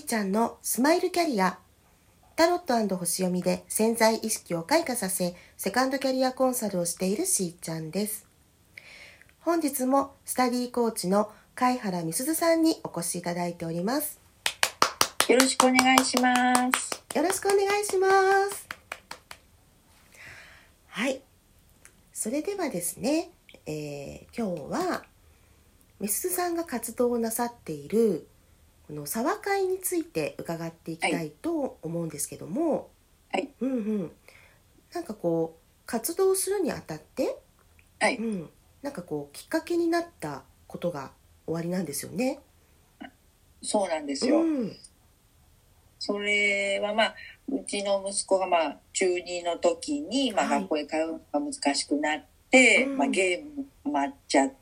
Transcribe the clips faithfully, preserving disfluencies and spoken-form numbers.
ちゃんのスマイルキャリア。タロット&星読みで潜在意識を開花させ、セカンドキャリアコンサルをしているしーちゃんです。本日もスタディーコーチの貝原美鈴さんにお越しいただいております。 よろしくお願いします。 よろしくお願いします。はい。それではですね、えー、今日は美鈴さんが活動をなさっているこの沢会について伺っていきたいと思うんですけども、 はい、 うんうん、なんかこう活動するにあたって、 はい、 うん、なんかこうきっかけになったことがおありなんですよね。 そうなんですよ。 うん、 それはまあうちの息子がまあ中にの時に、まあ、学校へ通うのが難しくなって、 うんまあ、ゲームにハマっちゃって、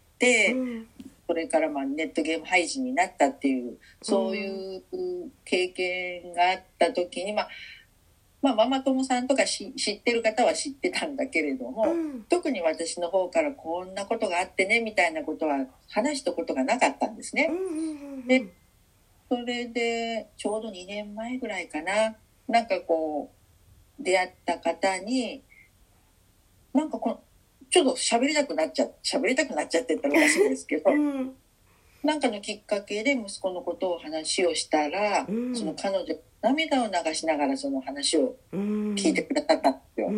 うん、 それからまあネットゲーム配信になったっていうそういう経験があった時に、まあまあ、ママ友さんとかし知ってる方は知ってたんだけれども、 うん、 特に私の方からこんなことがあってねみたいなことは話したことがなかったんですね。 うんうんうんうん、 でそれでちょうどにねんまえぐらいかな、なんかこう出会った方になんかこのちょっと喋りたくなっちゃ喋りたくなっちゃってったらおかしいんですけど、 うん、 なんかのきっかけで息子のことを話をしたら、 うん、 その彼女涙を流しながらその話を聞いてくださったんですよ。 うん、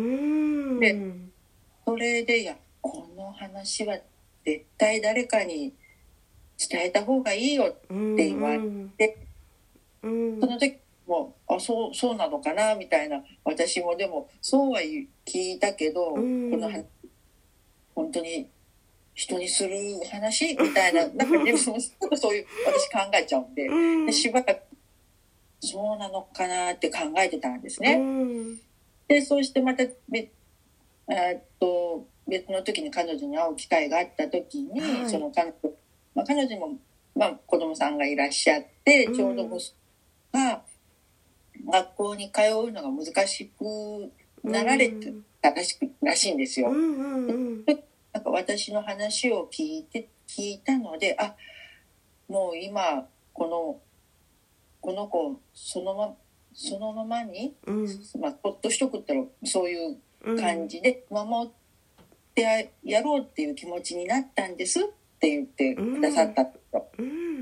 でそれでいやこの話は絶対誰かに伝えた方がいいよって言われて、 うん、 その時もあそうそうなのかなみたいな、私もでもそうは聞いたけど、うん、この話本当に人にする話みたいな、なんかねそういう私考えちゃうんで、うん、でしばらくそうなのかなって考えてたんですね。うん、でそうしてまた別えっと別の時に彼女に会う機会があった時に、はい、その彼女、まあ、彼女も、まあ、子供さんがいらっしゃって、うん、ちょうど息子が学校に通うのが難しくなられてたらしく、らしいんですよ。うんうんうん、でなんか私の話を聞いて聞いたので、あもう今このこの子そのまそのままに、うんまあ、ほっとしとくったらそういう感じで守ってやろうっていう気持ちになったんですって言ってくださったと、うん、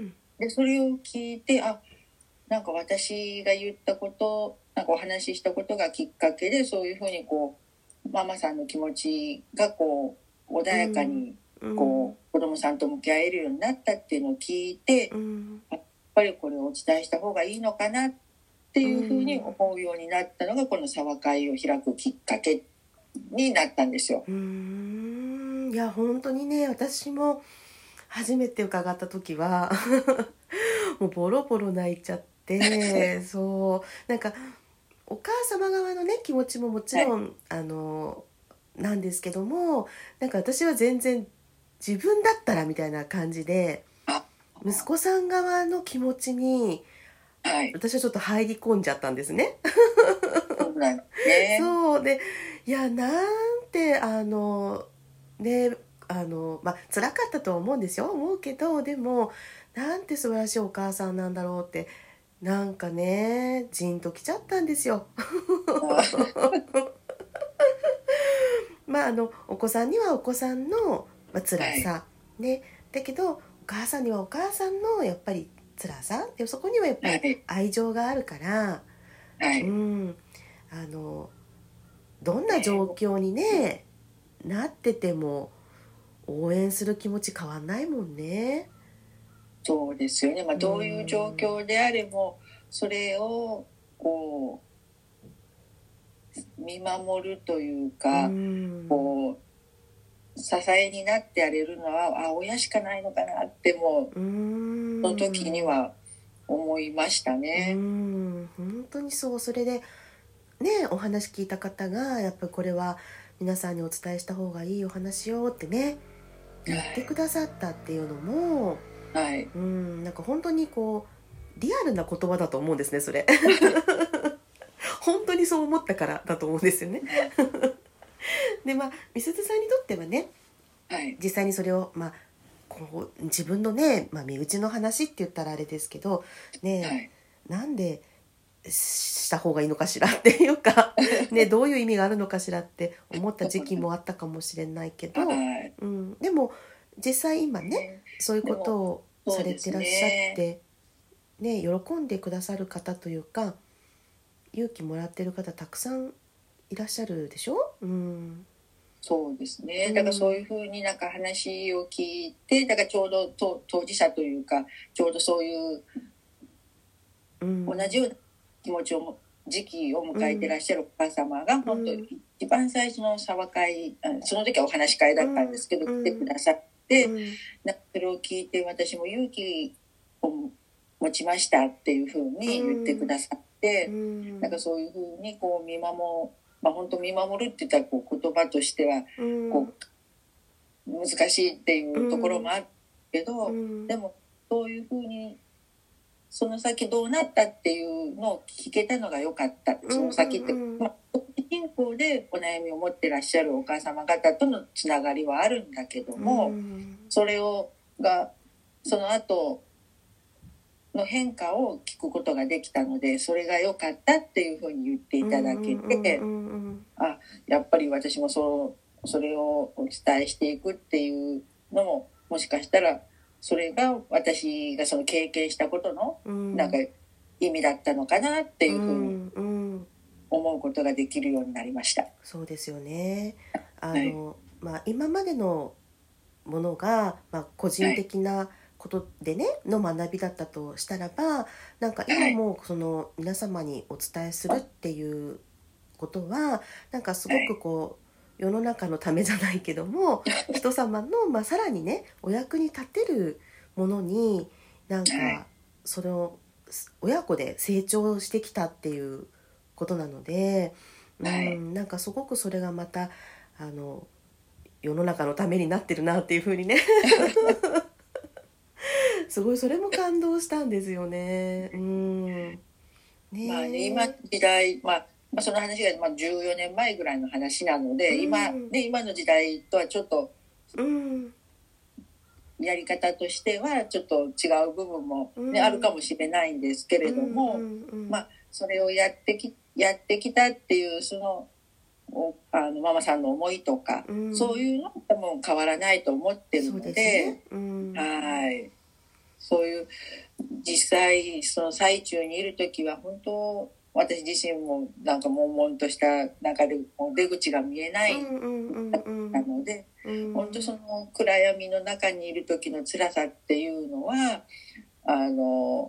でそれを聞いて、あなんか私が言ったことなんかお話ししたことがきっかけでそういうふうにこうママさんの気持ちがこう穏やかにこう子供さんと向き合えるようになったっていうのを聞いて、うん、やっぱりこれをお伝えした方がいいのかなっていうふうに思うようになったのがこの沢会を開くきっかけになったんですよ。 うーんいや本当にね、私も初めて伺った時はもうボロボロ泣いちゃってそうなんかお母様側のね気持ちももちろん、はい、あのなんですけども、なんか私は全然自分だったらみたいな感じで息子さん側の気持ちに、はい、私はちょっと入り込んじゃったんですね。 そうなんですね。 そうでいやなんてあのねあのまあ辛かったとは思うんですよ思うけど、でもなんて素晴らしいお母さんなんだろうってなんかねジンときちゃったんですよ。まああのお子さんにはお子さんの、まあ、辛さ、はい、ねだけどお母さんにはお母さんのやっぱり辛さでそこにはやっぱり愛情があるから、はい、うんあのどんな状況にねなってても応援する気持ち変わんないもんね。 そうですよね、まあ、どういう状況であれもそれをこう見守るというか、うこう支えになってやれるのはあ親しかないのかなってもうその時には思いましたね。 うん本当にそうそれでねお話聞いた方がやっぱりこれは皆さんにお伝えした方がいいお話よってね言ってくださったっていうのも、はい、うんなんか本当にこうリアルな言葉だと思うんですねそれ本当にそう思ったからだと思うんですよねでまあ美鈴さんにとってはね、はい、実際にそれをまあこう自分のね、まあ、身内の話って言ったらあれですけどね、はい、 なんでした方がいいのかしらっていうか、ね、どういう意味があるのかしらって思った時期もあったかもしれないけど、うん、でも実際今ねそういうことをされてらっしゃって、ね、喜んでくださる方というか勇気もらってる方たくさんいらっしゃるでしょ、うん、 そうですね。だからそういうふうになんか話を聞いて、だからちょうどと当事者というかちょうどそういう同じような気持ちを時期を迎えてらっしゃるお母様が、うん、本当に一番最初の沢会、その時はお話し会だったんですけど、うん、来てくださって、うん、なんかそれを聞いて私も勇気を持ちましたっていうふうに言ってくださって、うん、なんかそういうふうにこう見守まあ本当見守るって言ったらこう言葉としてはこう難しいっていうところもあるけど、うん、でもそういうふうにその先どうなったっていうのを聞けたのが良かった。その先って、うんうん、まあ、信仰でお悩みを持ってらっしゃるお母様方とのつながりはあるんだけども、うん、それをがその後の変化を聞くことができたので、それが良かったっていうふうに言っていただけて、あ、やっぱり私もそうそれをお伝えしていくっていうのももしかしたらそれが私がその経験したことのなんか意味だったのかなっていうふうに思うことができるようになりました。 そうですよね。あの、はい、まあ、今までのものが、まあ、個人的なことでね、はい、の学びだったとしたらば、なんか今もその皆様にお伝えするっていうことはなんかすごくこう世の中のためじゃないけども人様の、まあ、さらにねお役に立てるものになんかそれを親子で成長してきたっていうことなので、うん、なんかすごくそれがまたあの世の中のためになってるなっていう風にねすごいそれも感動したんですよね。うん、 ね、まあね、今時代、まあまあ、その話がまあじゅうよねんまえぐらいの話なので、うん、今ね、今の時代とはちょっと、うん、やり方としてはちょっと違う部分も、ね、うん、あるかもしれないんですけれども、うんうんうん、まあ、それをやってきやってきたっていうそのあのママさんの思いとか、うん、そういうのは多分変わらないと思ってるの で, で、ね、うん、はいそういう実際その最中にいる時は本当私自身もなんか悶々とした中で出口が見えないなので、本当その暗闇の中にいる時の辛さっていうのはあの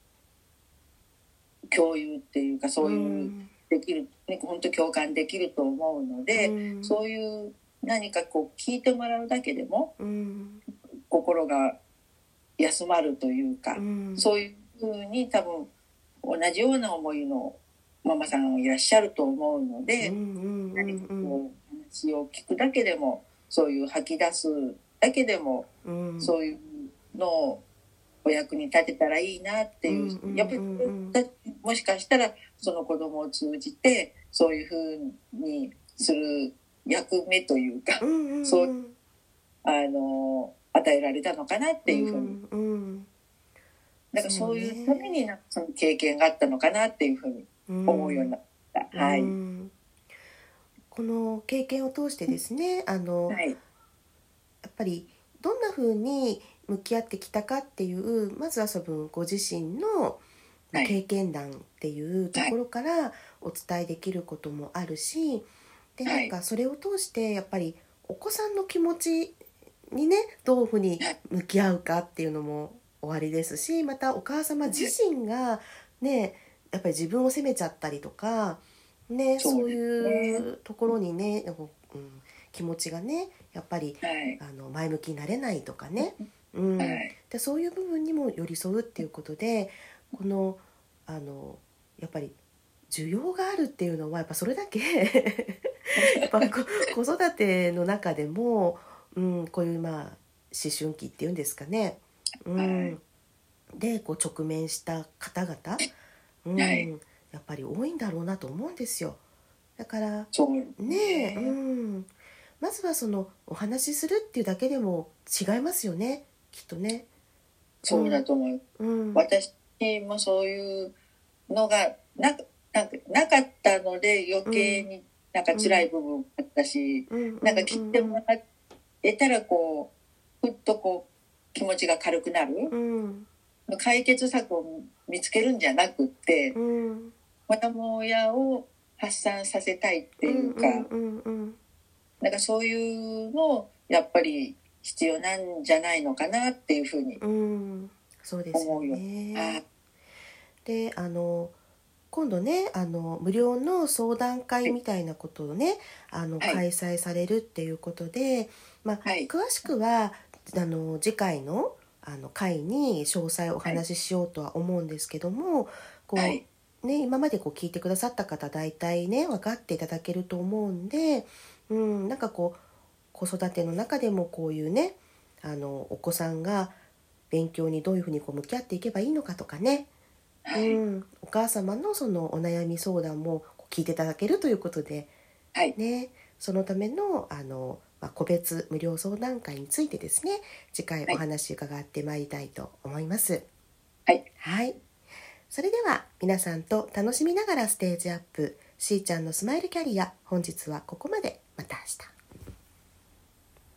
共有っていうかそういうできる、ね、本当共感できると思うので、うん、そういう何かこう聞いてもらうだけでも、うん、心が休まるというか、うん、そういうふうに多分同じような思いのママさんいらっしゃると思うので、うんうんうんうん、何かこう話を聞くだけでもそういう吐き出すだけでも、うん、そういうのをお役に立てたらいいなっていう、うんうんうんうん、やっぱりもしかしたらその子供を通じてそういうふうにする役目というか、うんうんうん、そうあの与えられたのかなっていうふうに、うんうん、だからそういうためになんかその経験があったのかなっていうふうに思うようになった、うん、はい、うん、 この経験を通してですねあの、はい、やっぱりどんなふうに向き合ってきたかっていうまずはそのご自身の経験談っていうところからお伝えできることもあるし、でなんかそれを通してやっぱりお子さんの気持ちにねどういうふうに向き合うかっていうのも終わりですし、またお母様自身がねやっぱり自分を責めちゃったりとかね、そういうところにね、うん、気持ちがねやっぱり、はい、あの前向きになれないとかね、うんはい、でそういう部分にも寄り添うっていうことでこのあのやっぱり需要があるっていうのはやっぱそれだけやっぱ子育ての中でも、うん、こういうまあ思春期っていうんですかね、うん、でこう直面した方々、うんはい、やっぱり多いんだろうなと思うんですよ。だからねえ、うん、まずはそのお話しするっていうだけでも違いますよねきっとね。 そうだと思う、うん、私もそういうのがな、なんかなかったので余計になんか辛い部分あったし、 うん、 なんか聞いてもらえたらこうふっとこう気持ちが軽くなる、 うん、 解決策を見つけるんじゃなくって、 うん、 またもやを発散させたいっていうか、 うんうんうん、 なんかそういうのをやっぱり必要なんじゃないのかなっていうふうにうん、そうですよね。で、あの今度ね、あの無料の相談会みたいなことをね、あのはい、 開催されるっていうことで、まあ、 はい、 詳しくはあの次回のあの会に詳細おはい、 話ししようとは思うんですけども、こはい、 うね、今までこう聞いてくださった方大体ね分かっていただけると思うんで、うん、なんかこう子育ての中でもこういうね、あのお子さんが勉強にどういうふうにこう向き合っていけばいいのかとかね、うはい、 ん、お母様のそのお悩み相談も聞いていただけるということで、 はい、 ね、そのための、あの、まあ、個別無料相談会についてですね、次回お話伺ってまいりたいと思います。 はい、 はい。それでは皆さんと楽しみながらステージアップ、しーちゃんのスマイルキャリア、本日はここまで。また明日。